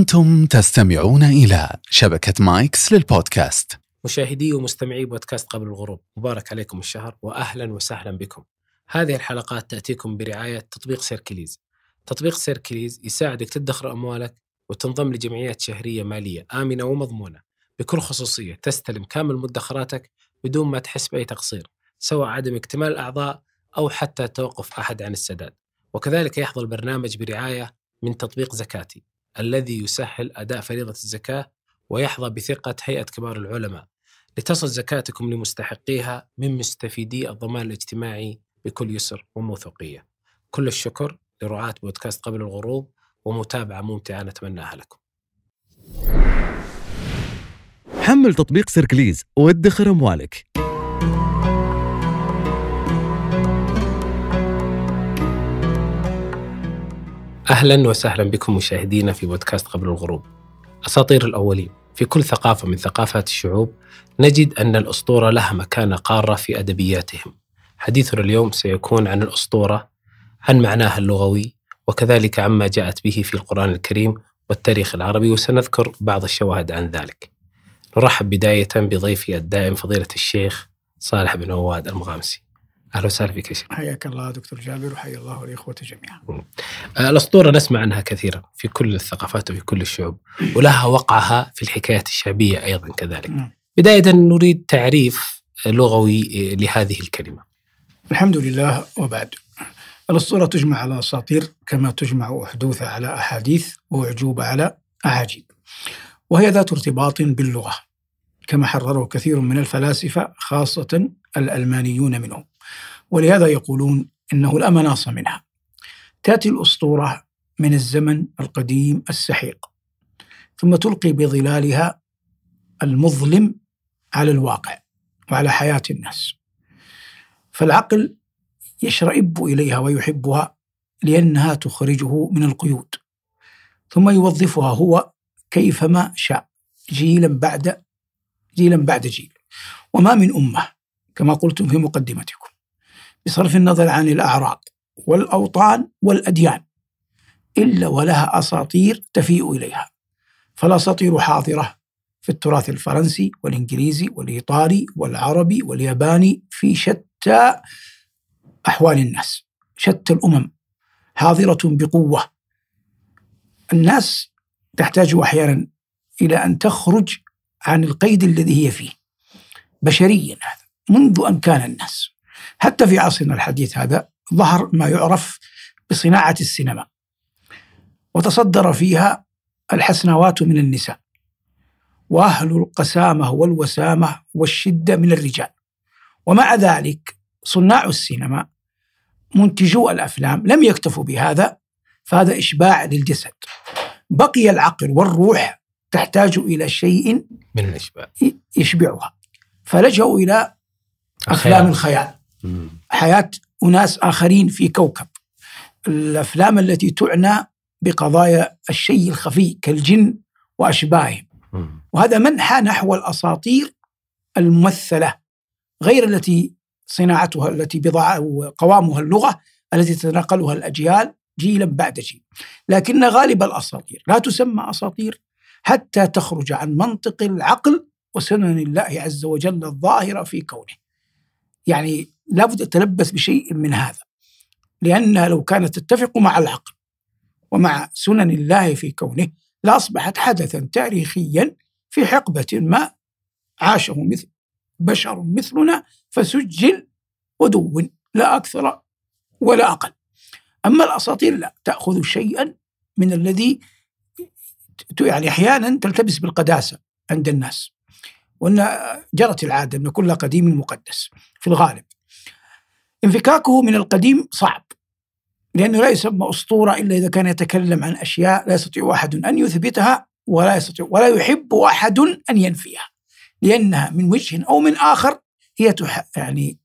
أنتم تستمعون إلى شبكة مايكس للبودكاست. مشاهدي ومستمعي بودكاست قبل الغروب، مبارك عليكم الشهر وأهلا وسهلا بكم. هذه الحلقات تأتيكم برعاية تطبيق سيركليز. تطبيق سيركليز يساعدك تدخر أموالك وتنضم لجمعيات شهرية مالية آمنة ومضمونة بكل خصوصية. تستلم كامل مدخراتك بدون ما تحس بأي تقصير، سواء عدم اكتمال الأعضاء أو حتى توقف أحد عن السداد. وكذلك يحظى البرنامج برعاية من تطبيق زكاتي الذي يسهل أداء فريضة الزكاة، ويحظى بثقة هيئة كبار العلماء لتصل زكاتكم لمستحقيها من مستفيدي الضمان الاجتماعي بكل يسر وموثوقية. كل الشكر لرعاة بودكاست قبل الغروب، ومتابعة ممتعة نتمناها لكم. حمل تطبيق سيركليز وادخر أموالك. أهلا وسهلا بكم مشاهدينا في بودكاست قبل الغروب. أساطير الأولين. في كل ثقافة من ثقافات الشعوب نجد أن الأسطورة لها مكانة قارة في أدبياتهم. حديثنا اليوم سيكون عن الأسطورة، عن معناها اللغوي، وكذلك عما جاءت به في القرآن الكريم والتاريخ العربي، وسنذكر بعض الشواهد عن ذلك. نرحب بداية بضيفي الدائم فضيلة الشيخ صالح بن عواد المغامسي. أهلا وسهلا فيك يا شيخ. حياك الله دكتور جابر، وحيا الله الإخوة جميعا. الأسطورة نسمع عنها كثيرا في كل الثقافات وفي كل الشعوب، ولها وقعها في الحكايات الشعبية أيضا كذلك. بداية نريد تعريف لغوي لهذه الكلمة. الحمد لله، وبعد. الأسطورة تجمع على أساطير كما تجمع أحدوثة على أحاديث وأعجوبة على أعاجيب، وهي ذات ارتباط باللغة كما حرره كثير من الفلاسفة، خاصة الألمانيون منهم، ولهذا يقولون إنه لا مناص منها. تأتي الأسطورة من الزمن القديم السحيق، ثم تلقي بظلالها المظلم على الواقع وعلى حياة الناس، فالعقل يشرئب إليها ويحبها لأنها تخرجه من القيود، ثم يوظفها هو كيفما شاء جيلا بعد جيل. وما من أمة كما قلتم في مقدمتكم بصرف النظر عن الأعراق والأوطان والأديان إلا ولها أساطير تفيء إليها. فالأساطير حاضرة في التراث الفرنسي والإنجليزي والإيطالي والعربي والياباني، في شتى أحوال الناس، شتى الأمم، حاضرة بقوة. الناس تحتاج أحيانا إلى أن تخرج عن القيد الذي هي فيه بشريا، هذا منذ أن كان الناس. حتى في عصرنا الحديث هذا ظهر ما يعرف بصناعة السينما، وتصدر فيها الحسنوات من النساء، وأهل القسامة والوسامة والشدة من الرجال. ومع ذلك صناع السينما منتجو الأفلام لم يكتفوا بهذا، فهذا إشباع للجسد. بقي العقل والروح تحتاج إلى شيء من الإشباع يشبعها، فلجأوا إلى أفلام الخيال، حياة أناس آخرين في كوكب، الأفلام التي تعنى بقضايا الشيء الخفي كالجن وأشباههم. وهذا منحى نحو الأساطير الممثلة، غير التي صناعتها التي قوامها اللغة التي تتناقلها الأجيال جيلا بعد جيل. لكن غالب الأساطير لا تسمى أساطير حتى تخرج عن منطق العقل وسنن الله عز وجل الظاهرة في كونه. يعني لابد تلبس بشيء من هذا، لأنها لو كانت تتفق مع العقل ومع سنن الله في كونه لأصبحت حدثا تاريخيا في حقبة ما عاشه مثل بشر مثلنا فسجل ودون، لا أكثر ولا أقل. أما الأساطير لا، تأخذ شيئا من الذي يعني أحيانا تلتبس بالقداسة عند الناس، وأن جرت العادة أن كل قديم مقدس في الغالب. انفكاكه من القديم صعب، لأنه لا يسمى أسطورة إلا إذا كان يتكلم عن أشياء لا يستطيع أحد أن يثبتها ولا يحب أحد أن ينفيها، لأنها من وجه أو من آخر هي يعني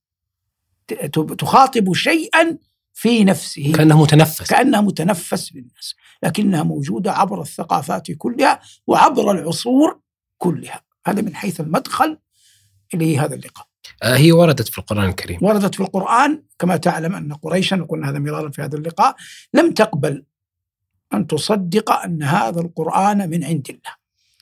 تخاطب شيئا في نفسه، كأنها متنفس للناس، لكنها موجودة عبر الثقافات كلها وعبر العصور كلها. هذا من حيث المدخل إليه هذا اللقاء. هي وردت في القرآن الكريم، وردت في القرآن. كما تعلم أن قريشا، وقلنا هذا مرارا في هذا اللقاء، لم تقبل أن تصدق أن هذا القرآن من عند الله.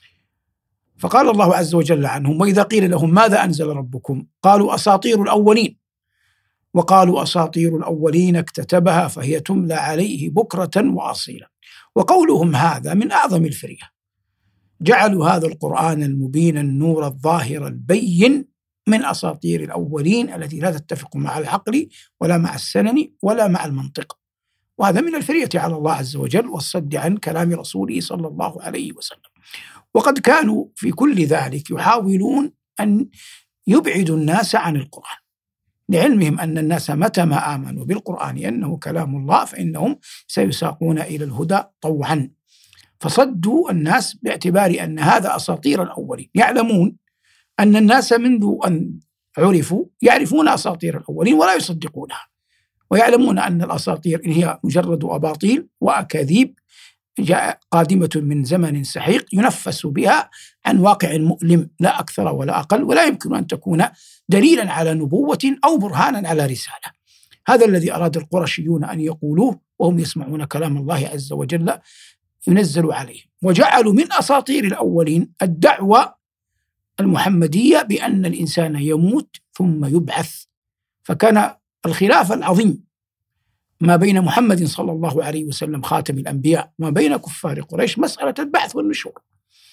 فقال الله عز وجل عنهم: وإذا قيل لهم ماذا أنزل ربكم قالوا أساطير الأولين، وقالوا أساطير الأولين اكتتبها فهي تملى عليه بكرة وأصيلا. وقولهم هذا من أعظم الفرية، جعلوا هذا القرآن المبين النور الظاهر البين من أساطير الأولين التي لا تتفق مع العقل ولا مع السنن ولا مع المنطق، وهذا من الفرية على الله عز وجل والصد عن كلام رسوله صلى الله عليه وسلم. وقد كانوا في كل ذلك يحاولون أن يبعدوا الناس عن القرآن، لعلمهم أن الناس متى ما آمنوا بالقرآن أنه كلام الله فإنهم سيساقون إلى الهدى طوعا، فصدوا الناس باعتبار أن هذا أساطير الأولين. يعلمون أن الناس منذ أن عرفوا يعرفون أساطير الأولين ولا يصدقونها، ويعلمون أن الأساطير هي مجرد أباطيل وأكاذيب قادمة من زمن سحيق ينفس بها عن واقع مؤلم لا أكثر ولا أقل، ولا يمكن أن تكون دليلا على نبوة أو برهانا على رسالة. هذا الذي أراد القرشيون أن يقولوه وهم يسمعون كلام الله عز وجل ينزل عليهم، وجعلوا من أساطير الأولين الدعوة المحمدية بأن الإنسان يموت ثم يبعث. فكان الخلاف العظيم ما بين محمد صلى الله عليه وسلم خاتم الأنبياء وما بين كفار قريش مسألة البعث والنشور،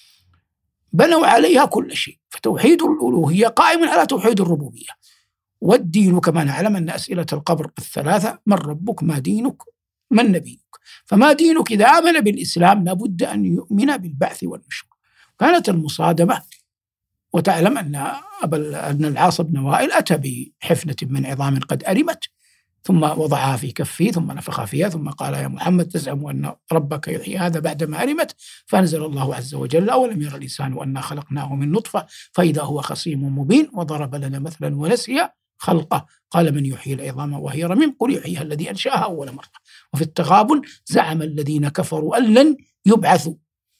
بنوا عليها كل شيء، فتوحيد الألوهية قائم على توحيد الربوبية. والدين كما نعلم أن أسئلة القبر الثلاثة: من ربك، ما دينك، من نبيك. فما دينك إذا آمن بالإسلام لابد أن يؤمن بالبعث والنشور. كانت المصادمة، وتعلم أن العاص بن وائل أتى بحفنة من عظام قد أرمت ثم وضعها في كفه ثم نفخ فيها ثم قال: يا محمد تزعم أن ربك يحيي هذا بعدما أرمت؟ فأنزل الله عز وجل: أولم يرى الإنسان أنا خلقناه من نطفة فإذا هو خصيم مبين وضرب لنا مثلا ونسي خلقه قال: من يحيي العظام وهي رميم؟ قل يحييها الذي أنشأها أول مرة. وفي التغابن: زعم الذين كفروا أن لن يبعثوا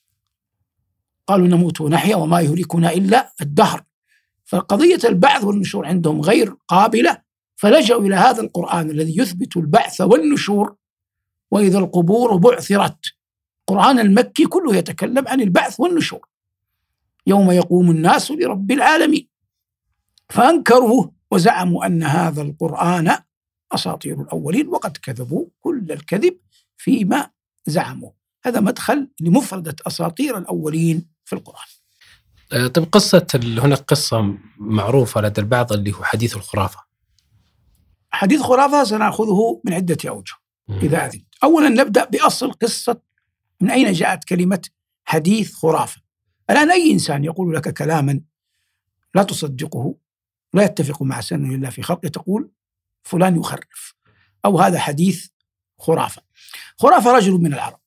قالوا نموت ونحيا وما يهلكنا إلا الدهر. فقضية البعث والنشور عندهم غير قابلة، فلجأوا إلى هذا القرآن الذي يثبت البعث والنشور. وإذا القبور بعثرت، القرآن المكي كله يتكلم عن البعث والنشور، يوم يقوم الناس لرب العالمين. فأنكروه وزعموا أن هذا القرآن أساطير الأولين، وقد كذبوا كل الكذب فيما زعموا. هذا مدخل لمفردة أساطير الأولين في القرآن. طيب، هناك قصة معروفة لدى البعض اللي هو حديث الخرافة. حديث خرافة سنأخذه من عدة أوجه إذا أذن. أولا نبدأ بأصل قصة، من أين جاءت كلمة حديث خرافة. الآن أي إنسان يقول لك كلاما لا تصدقه، لا يتفق مع سنن الله في خلقه، تقول فلان يخرف أو هذا حديث خرافة. خرافة رجل من العرب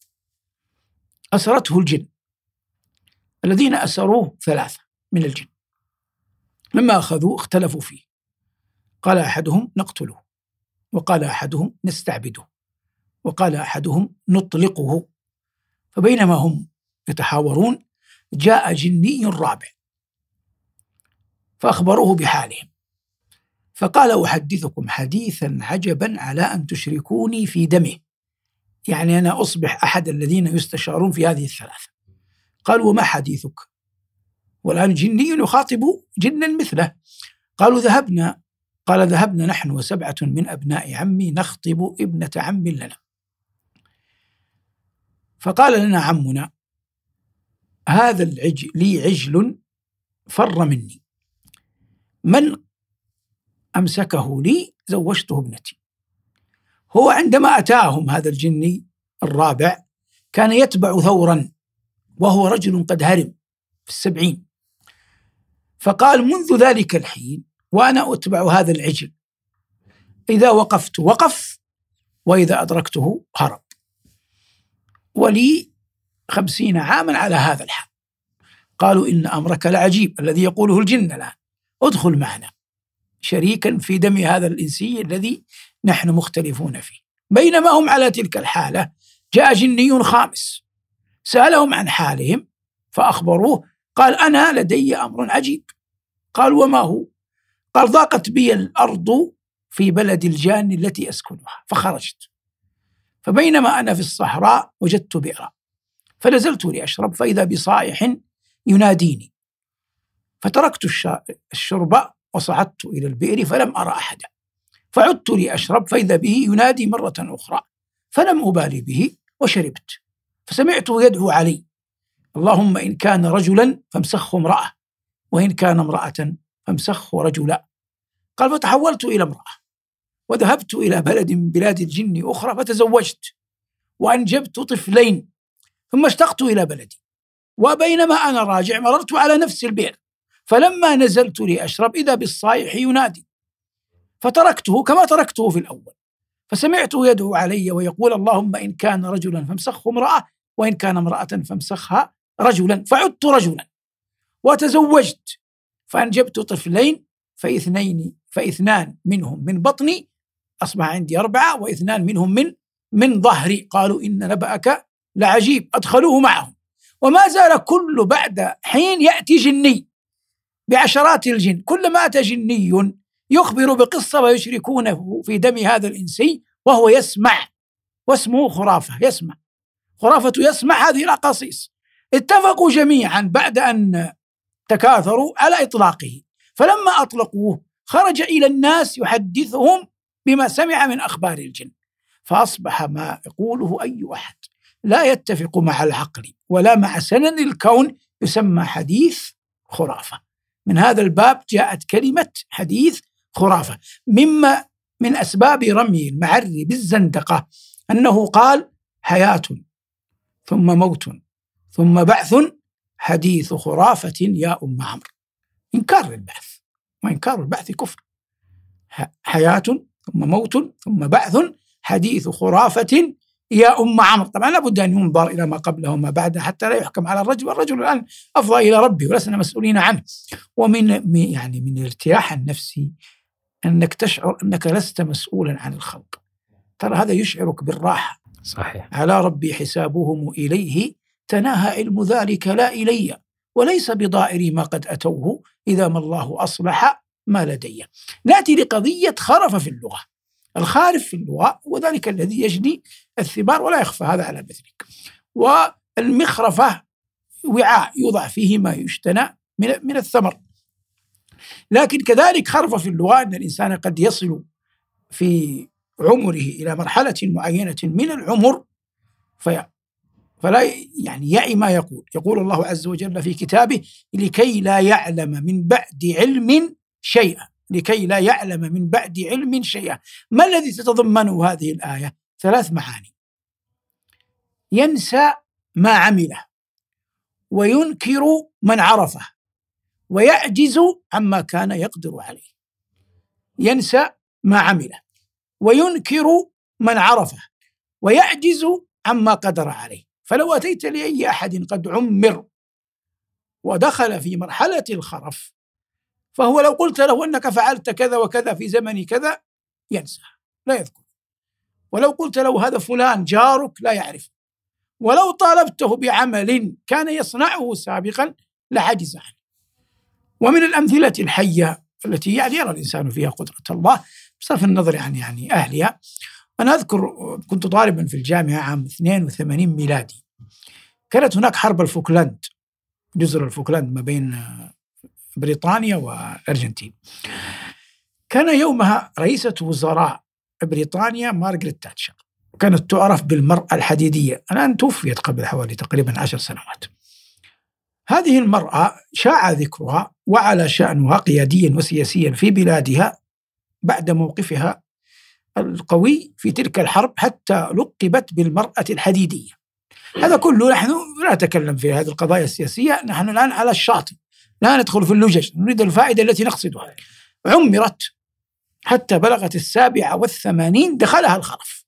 أسرته الجن، الذين أسروه 3 من الجن، لما أخذوه اختلفوا فيه، قال أحدهم نقتله، وقال أحدهم نستعبده، وقال أحدهم نطلقه. فبينما هم يتحاورون جاء جني رابع فأخبروه بحالهم، فقال أحدثكم حديثا عجبا على أن تشركوني في دمه، يعني أنا أصبح أحد الذين يستشارون في هذه 3. قالوا: وما حديثك؟ والآن جني يخاطب جنا مثله. قالوا: ذهبنا. قال: ذهبنا نحن و7 من أبناء عمي نخطب ابنة عم لنا. فقال لنا عمنا: هذا لي عجل فر مني، من أمسكه لي زوجته ابنتي. هو عندما أتاهم هذا الجني الرابع كان يتبع ثورا، وهو رجل قد هرم في 70. فقال: منذ ذلك الحين وأنا أتبع هذا العجل، إذا وقفت وقف، وإذا أدركته هرب، ولي 50 عاما على هذا الحال. قالوا: إن أمرك لعجيب الذي يقوله الجن الآن، ادخل معنا شريكا في دم هذا الإنسي الذي نحن مختلفون فيه. بينما هم على تلك الحالة جاء جني خامس سألهم عن حالهم فأخبروه، قال: أنا لدي أمر عجيب. قال: وما هو؟ قال: ضاقت بي الأرض في بلد الجان التي أسكنها فخرجت، فبينما أنا في الصحراء وجدت بئرا فنزلت لأشرب فإذا بصائح يناديني، فتركت الشرب وصعدت إلى البئر فلم أرى أحدا، فعدت لأشرب فإذا به ينادي مرة أخرى فلم أبالي به وشربت، فسمعته يدعو علي: اللهم إن كان رجلا فامسخه امرأة، وإن كان امرأة فامسخه رجلا. قال: فتحولت إلى امرأة وذهبت إلى بلد من بلاد الجن أخرى فتزوجت وأنجبت طفلين، ثم اشتقت إلى بلدي، وبينما أنا راجع مررت على نفس البئر، فلما نزلت لأشرب إذا بالصائح ينادي، فتركته كما تركته في الأول، فسمعته يدعو علي ويقول: اللهم إن كان رجلا فامسخه امرأة، وإن كان امرأة فامسخها رجلا، فعدت رجلا وتزوجت فأنجبت طفلين، فاثنان منهم من بطني، أصبح عندي 4، واثنان منهم من ظهري. قالوا: إن نبأك لعجيب. أدخلوه معهم، وما زال كل بعد حين يأتي جني بعشرات الجن، كلما أتى جني يخبر بقصة ويشركونه في دم هذا الإنسي وهو يسمع، واسمه خرافة، يسمع خرافة، يسمع هذه الأقاصيص. اتفقوا جميعا بعد أن تكاثروا على إطلاقه، فلما أطلقوه خرج إلى الناس يحدثهم بما سمع من أخبار الجن، فأصبح ما يقوله أي أحد لا يتفق مع العقل ولا مع سنن الكون يسمى حديث خرافة. من هذا الباب جاءت كلمة حديث خرافة. مما من أسباب رمي المعري بالزندقة أنه قال: حياة ثم موت ثم بعث حديث خرافة يا أم عمرو. إنكار البعث، وإنكار البعث كفر. حياة ثم موت ثم بعث حديث خرافة يا أم عمرو. طبعا لابد أن ينظر إلى ما قبله وما بعده حتى لا يحكم على الرجل، والرجل الآن أفضى إلى ربه ولسنا مسؤولين عنه. من الارتياح النفسي أنك تشعر أنك لست مسؤولا عن الخلق، ترى هذا يشعرك بالراحة. صحيح. على ربي حسابهم إليه تناهى علم ذلك لا إلي، وليس بضائري ما قد أتوه إذا ما الله أصلح ما لدي. نأتي لقضية خرف في اللغة. الخارف في اللغة وذلك الذي يجني الثمار، ولا يخفى هذا على مثلك. والمخرفة وعاء يوضع فيه ما يشتنى من الثمر. لكن كذلك خرف في اللغة أن الإنسان قد يصل في عمره إلى مرحلة معينة من العمر فلا يعي ما يقول الله عز وجل في كتابه: لكي لا يعلم من بعد علم شيئا، لكي لا يعلم من بعد علم شيئا. ما الذي تتضمنه هذه الآية؟ 3 معاني: ينسى ما عمله، وينكر من عرفه، ويعجز عما كان يقدر عليه. ينسى ما عمله، وينكر من عرفه، ويعجز عما قدر عليه. فلو أتيت لأي أحد قد عمر ودخل في مرحلة الخرف، فهو لو قلت له أنك فعلت كذا وكذا في زمن كذا ينسى، لا يذكر. ولو قلت له هذا فلان جارك لا يعرف. ولو طالبته بعمل كان يصنعه سابقا لعجز عنه. ومن الأمثلة الحية التي يرى الإنسان فيها قدرة الله بصرف النظر عن أهلها، أنا أذكر كنت طالبا في الجامعة عام 82 ميلادي، كانت هناك حرب الفوكلاند، جزر الفوكلاند ما بين بريطانيا والأرجنتين. كان يومها رئيسة وزراء بريطانيا مارغريت تاتشر، كانت تعرف بالمرأة الحديدية، الآن توفيت قبل حوالي تقريبا 10 سنوات. هذه المرأة شاع ذكرها وعلى شأنها قياديا وسياسيا في بلادها بعد موقفها القوي في تلك الحرب، حتى لقبت بالمرأة الحديدية. هذا كله نحن لا نتكلم في هذه القضايا السياسية، نحن الآن على الشاطئ، لا ندخل في اللجج، نريد الفائدة التي نقصدها. عمرت حتى بلغت 87 دخلها الخرف.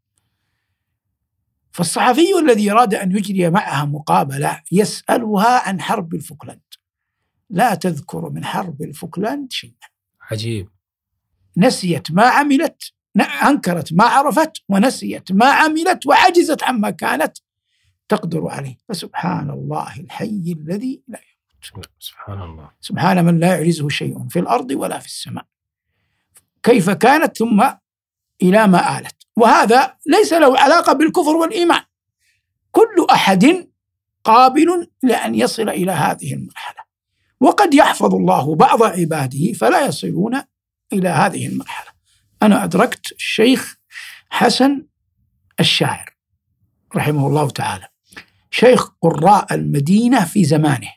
فالصحفي الذي أراد أن يجري معها مقابلة يسألها عن حرب الفوكلاند، لا تذكر من حرب الفوكلاند شيئا. عجيب. نسيت ما عملت، أنكرت ما عرفت، ونسيت ما عملت، وعجزت عما كانت تقدر عليه. فسبحان الله الحي الذي لا يموت. سبحان الله. سبحان من لا يعجزه شيء في الأرض ولا في السماء. كيف كانت ثم إلى ما آلت. وهذا ليس له علاقة بالكفر والإيمان. كل أحد قابل لأن يصل إلى هذه المرحلة، وقد يحفظ الله بعض عباده فلا يصلون إلى هذه المرحلة. أنا أدركت الشيخ حسن الشاعر رحمه الله تعالى، شيخ قراء المدينة في زمانه،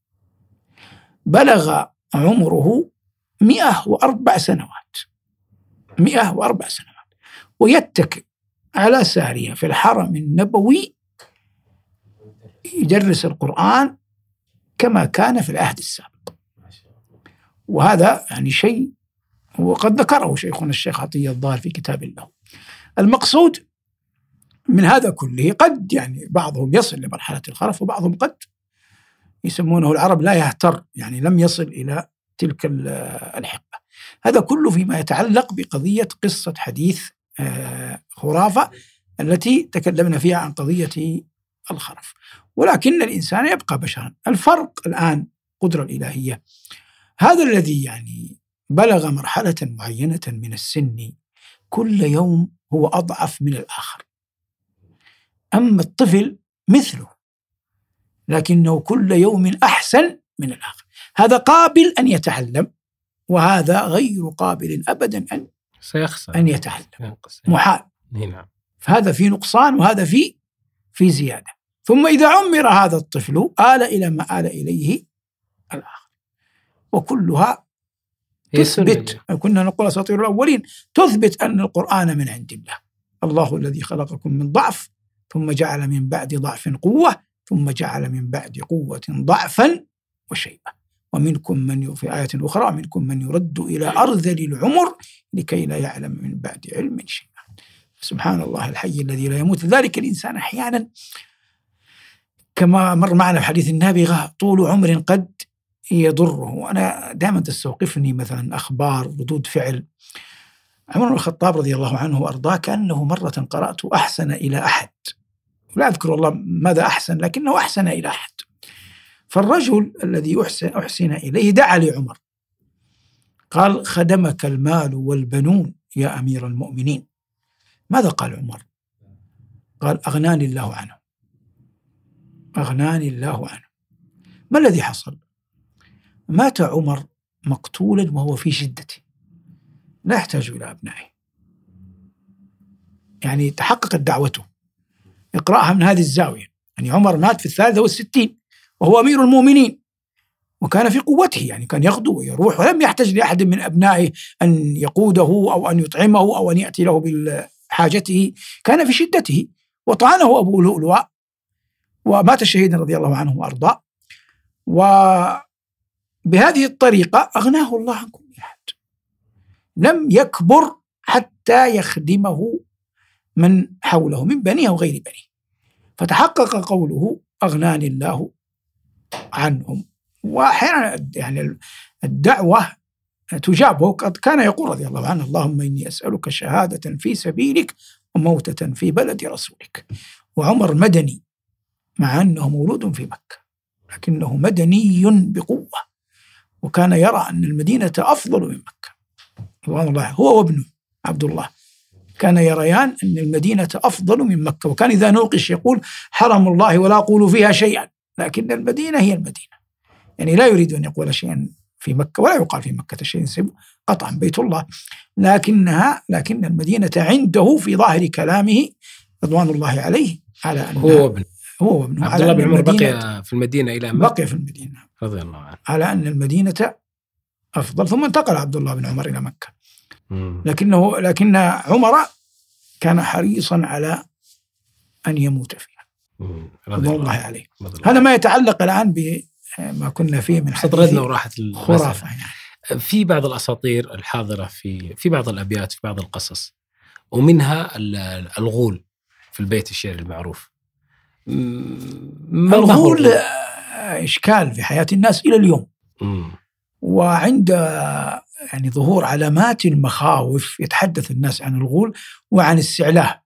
بلغ عمره 104 سنوات، 104 سنوات، ويتكئ على سارية في الحرم النبوي يدرس القرآن كما كان في العهد السابق. وهذا يعني شيء وقد ذكره شيخنا الشيخ عطية الظاهر في كتاب له. المقصود من هذا كله قد يعني بعضهم يصل لمرحلة الخرف، وبعضهم قد يسمونه العرب لا يهتر، يعني لم يصل إلى تلك الحقبة. هذا كله فيما يتعلق بقضية قصة حديث خرافة التي تكلمنا فيها عن قضية الخرف. ولكن الإنسان يبقى بشرا. الفرق الآن قدرة الإلهية، هذا الذي يعني بلغ مرحلة معينة من السن كل يوم هو أضعف من الآخر. أما الطفل مثله لكنه كل يوم أحسن من الآخر. هذا قابل أن يتعلم، وهذا غير قابل أبدا أن يتعلم، محال. نعم. فهذا في نقصان وهذا في زيادة. ثم إذا عمر هذا الطفل آل إلى ما آل إليه الآخر. وكلها تثبت، كنا نقول أساطير الأولين، تثبت أن القرآن من عند الله. الله الذي خلقكم من ضعف ثم جعل من بعد ضعف قوة ثم جعل من بعد قوة ضعفا وشيبة ومنكم من في آية أخرى منكم من يرد إلى أرذل العمر لكي لا يعلم من بعد علم شيئا. سبحان الله الحي الذي لا يموت. ذلك الإنسان أحيانا كما مر معنا في حديث النابغة طول عمر قد يضره. وأنا دائما تستوقفني مثلا أخبار ردود فعل عمر بن الخطاب رضي الله عنه وأرضاه، كأنه مرة قرأت أحسن إلى أحد، لا أذكر والله ماذا أحسن، لكنه أحسن إلى أحد. فالرجل الذي أحسن إليه دعا لعمر قال: خدمك المال والبنون يا أمير المؤمنين. ماذا قال عمر؟ قال: أغناني الله عنه، أغناني الله عنه. ما الذي حصل؟ مات عمر مقتولا وهو في شدته، لا يحتاج إلى أبنائه، يعني تحققت دعوته. اقرأها من هذه الزاوية، يعني عمر مات في 63 وهو أمير المؤمنين وكان في قوته، يعني كان يغدو ويروح ولم يحتاج لأحد من أبنائه أن يقوده أو أن يطعمه أو أن يأتي له بحاجته، كان في شدته. وطعنه أبو لؤلؤ ومات شهيدا رضي الله عنه وأرضاه. وبهذه الطريقة أغناه الله عن كل أحد، لم يكبر حتى يخدمه من حوله من بنيه وغير بنيه، فتحقق قوله أغناني الله عنهم. وأحيانا يعني الدعوة تجاب. وقد كان يقول رضي الله عنه: اللهم إني أسألك شهادة في سبيلك وموتة في بلد رسولك. وعمر مدني مع أنه مولود في مكة، لكنه مدني بقوة، وكان يرى أن المدينة أفضل من مكة رضوان الله. هو وابنه عبد الله كان يريان أن المدينة أفضل من مكة، وكان إذا نوقش يقول: حرم الله ولا أقول فيها شيئا، لكن المدينة هي المدينة. يعني لا يريد أن يقول شيئا في مكة ولا يقال في مكة شيء سب قطعا بيت الله، لكن المدينة عنده في ظاهر كلامه رضوان الله عليه على أن هو وابنه عبد الله بن عمر بقي في المدينة إلى أن بقي في المدينة رضي الله عنه، على أن المدينة أفضل. ثم انتقل عبد الله بن عمر إلى مكة، لكن عمر كان حريصا على أن يموت فيها رضي الله عليه. هذا ما يتعلق الآن بما كنا فيه من سطردنا وراحت الخرافة. يعني في بعض الأساطير الحاضرة في بعض الأبيات، في بعض القصص، ومنها الغول في البيت الشعري المعروف. الغول إشكال في حياة الناس إلى اليوم. وعند يعني ظهور علامات المخاوف يتحدث الناس عن الغول وعن السعلاه،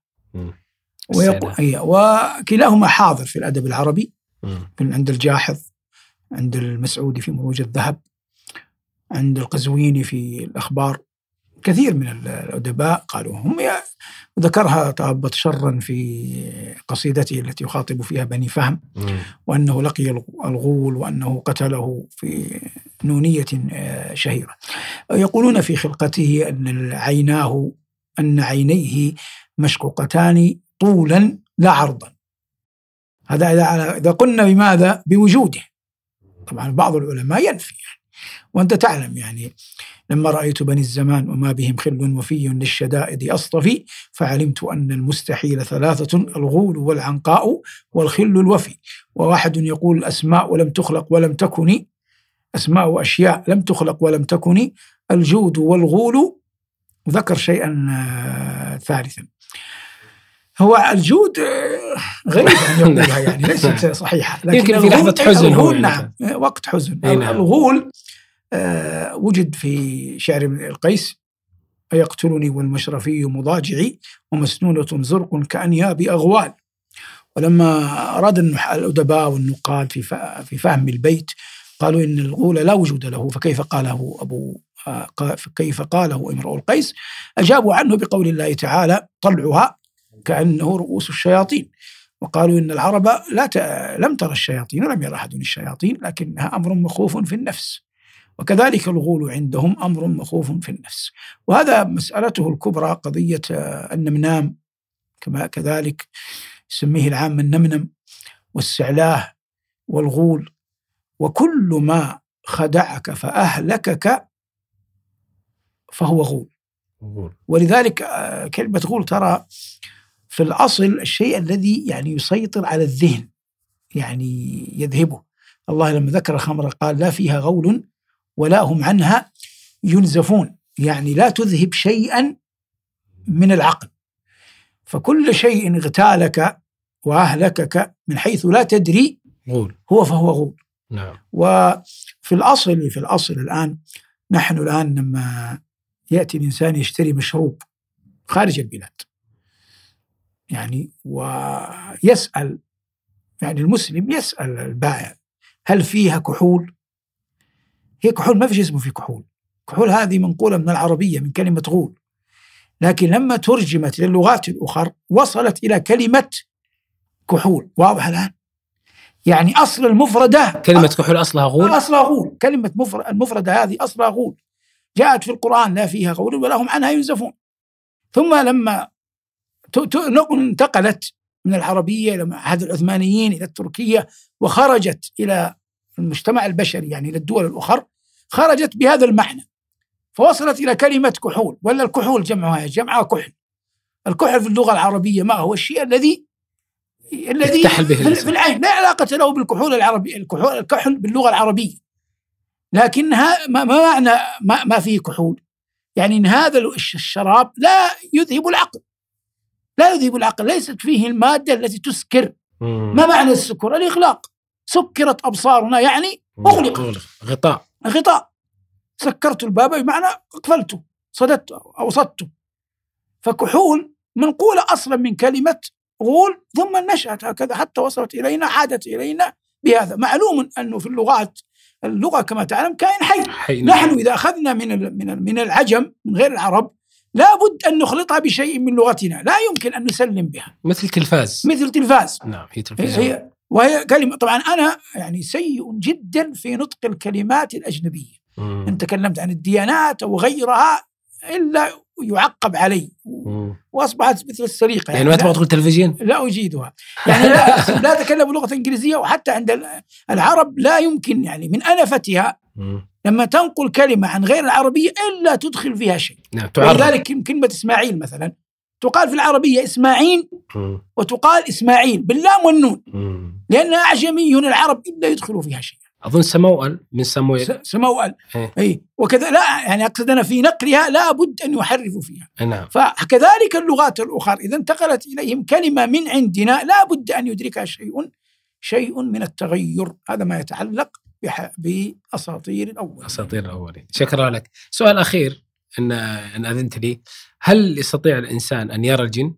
وكلاهما حاضر في الأدب العربي، عند الجاحظ، عند المسعودي في مروج الذهب، عند القزويني في الأخبار، كثير من الأدباء قالوا هم، ذكرها طابت شرا في قصيدته التي يخاطب فيها بني فهم، وأنه لقي الغول وأنه قتله في نونية شهيرة. يقولون في خلقته أن عينيه مشقوقتان طولا لا عرضا. هذا إذا قلنا بماذا؟ بوجوده. طبعا بعض العلماء ينفي وأنت تعلم لما رأيت بني الزمان وما بهم خل وفي للشدائد أصطفي، فعلمت أن المستحيل ثلاثة: الغول والعنقاء والخل الوفي. وواحد يقول الأسماء ولم تخلق ولم تكن، أسماء وأشياء لم تخلق ولم تكن، الجود والغول. وذكر شيئا ثالثا، هو الجود غريب أن يقولها ليست صحيحة، لكن في لحظة حزن هو نعم وقت حزن. الغول وجد في شعر القيس: يقتلني والمشرفي مضاجعي ومسنونة زرق كأنياب أغوال. ولما أراد الأدباء والنقاد في فهم البيت قالوا إن الغول لا وجود له، فكيف قاله امرؤ القيس؟ أجابوا عنه بقول الله تعالى: طلعها كأنه رؤوس الشياطين. وقالوا إن العرب لم ترى الشياطين ولم يرى أحد الشياطين، لكنها أمر مخوف في النفس، وكذلك الغول عندهم أمر مخوف في النفس. وهذا مسألته الكبرى قضية النمنام، كما كذلك يسميه العام النمنم والسعلاه والغول، وكل ما خدعك فأهلكك فهو غول. ولذلك كلمة غول ترى في الأصل الشيء الذي يسيطر على الذهن، يذهبه. الله لما ذكر الخمر قال: لا فيها غول ولا هم عنها ينزفون، لا تذهب شيئا من العقل. فكل شيء اغتالك وأهلكك من حيث لا تدري غول فهو غول. نعم. وفي الأصل الآن، نحن الآن لما يأتي الإنسان يشتري مشروب خارج البلاد ويسأل المسلم يسأل البائع: هل فيها كحول؟ هي كحول؟ ما في اسمه في كحول. كحول هذه منقولة من العربية من كلمة غول، لكن لما ترجمت للغات الأخرى وصلت إلى كلمة كحول. واضح الآن؟ أصل المفردة كلمة كحول أصلها غول. أصلها غول. كلمة المفردة هذه أصلها غول، جاءت في القرآن: لا فيها غول ولا هم عنها ينزفون. ثم لما انتقلت من العربية لما عهد العثمانيين إلى التركية وخرجت إلى المجتمع البشري إلى الدول الأخرى، خرجت بهذا المعنى فوصلت إلى كلمة كحول. ولا الكحول جمعها كحل. الكحل في اللغة العربية ما هو الشيء الذي في العين، لا علاقة له بالكحول العربي. الكحل باللغة العربية، لكنها ما معنى ما فيه كحول؟ إن هذا الشراب لا يذهب العقل، ليست فيه المادة التي تسكر. ما معنى السكر؟ الإغلاق. سكرت أبصارنا أغلق. غطاء. سكرت الباب بمعنى أقفلته، صددته أو صدته. فكحول منقولة أصلا من كلمة غول، ثم نشأت هكذا حتى وصلت إلينا، عادت إلينا بهذا. معلوم أنه في اللغة كما تعلم كائن حي. نحن إذا أخذنا من العجم من غير العرب لا بد أن نخلطها بشيء من لغتنا، لا يمكن أن نسلم بها. مثل تلفاز. نعم، هي تلفاز. وهي كلمة. طبعا أنا سيء جدا في نطق الكلمات الأجنبية. إن تكلمت عن الديانات أو غيرها إلا يعقب علي، وأصبحت مثل السرقة. ما تبغى تقول تلفزيون؟ لا أجيدها. لا أتكلم لغة إنجليزية، وحتى عند العرب لا يمكن من أنفتها لما تنقل كلمة عن غير العربية إلا تدخل فيها شيء. ولذلك كلمة إسماعيل مثلا تقال في العربية إسماعيل وتقال إسماعيل باللام والنون، لأن أعجمي العرب إلا يدخلوا فيها شيء. أظن سموأل من سموئل. وكذا لا أقصد أنا في نقلها لا بد أن يحرفوا فيها. نعم. فكذلك اللغات الأخرى إذا انتقلت إليهم كلمة من عندنا لا بد أن يدركها شيء من التغير. هذا ما يتعلق بأساطير الأولين. شكرا لك. سؤال أخير إن أذنت لي: هل يستطيع الإنسان أن يرى الجن؟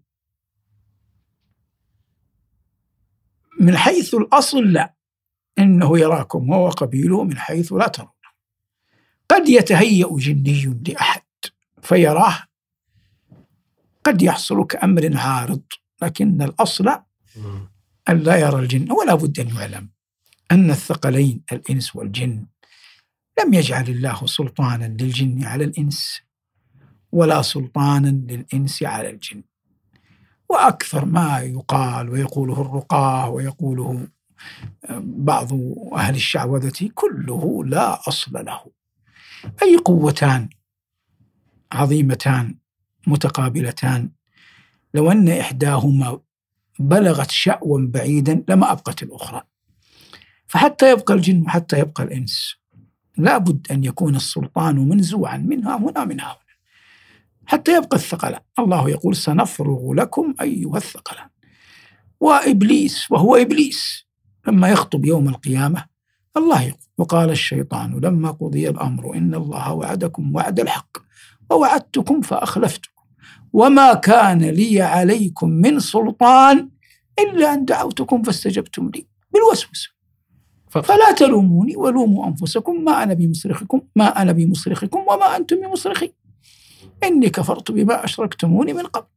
من حيث الأصل لا، إنه يراكم هو وقبيله من حيث لا ترون. قد يتهيأ جني لأحد فيراه قد يحصل كأمر عارض، لكن الأصل أن لا يرى الجن. ولا بد أن يعلم أن الثقلين الإنس والجن لم يجعل الله سلطانا للجن على الإنس ولا سلطانا للإنس على الجن. وأكثر ما يقال ويقوله الرقاه ويقوله بعض أهل الشعوذة كله لا أصل له. أي قوتان عظيمتان متقابلتان لو أن إحداهما بلغت شأوا بعيدا لما أبقت الأخرى. فحتى يبقى الجن وحتى يبقى الإنس لا بد أن يكون السلطان منزوعا منها هنا من هنا حتى يبقى الثقلان. الله يقول سنفرغ لكم أيها الثقلان. وإبليس وهو إبليس لما يخطب يوم القيامة الله يقول وقال الشيطان لما قضي الأمر إن الله وعدكم وعد الحق ووعدتكم فأخلفتكم وما كان لي عليكم من سلطان إلا أن دعوتكم فاستجبتم لي بالوسوسة فلا تلوموني ولوموا أنفسكم ما أنا بمصرخكم وما أنتم بمصرخي إني كفرت بما أشركتموني من قبل.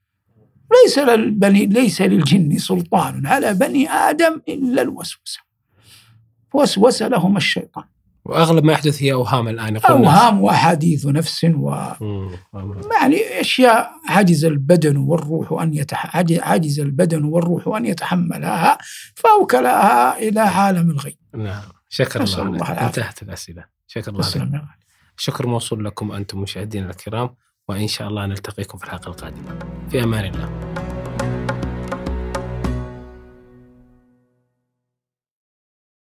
ليس للجن سلطان على بني آدم إلا الوسوسة. وسوس لهم الشيطان. وأغلب ما يحدث هي أوهام الآن. أوهام وحديث نفس يعني أشياء عجز البدن والروح أن يتحملها فأوكلها إلى عالم الغيب. نعم. شكر الله. انتهت الأسئلة. شكر الله. شكر موصول لكم أنتم مشاهدين الكرام، وإن شاء الله نلتقيكم في الحلقة القادمة. في أمان الله.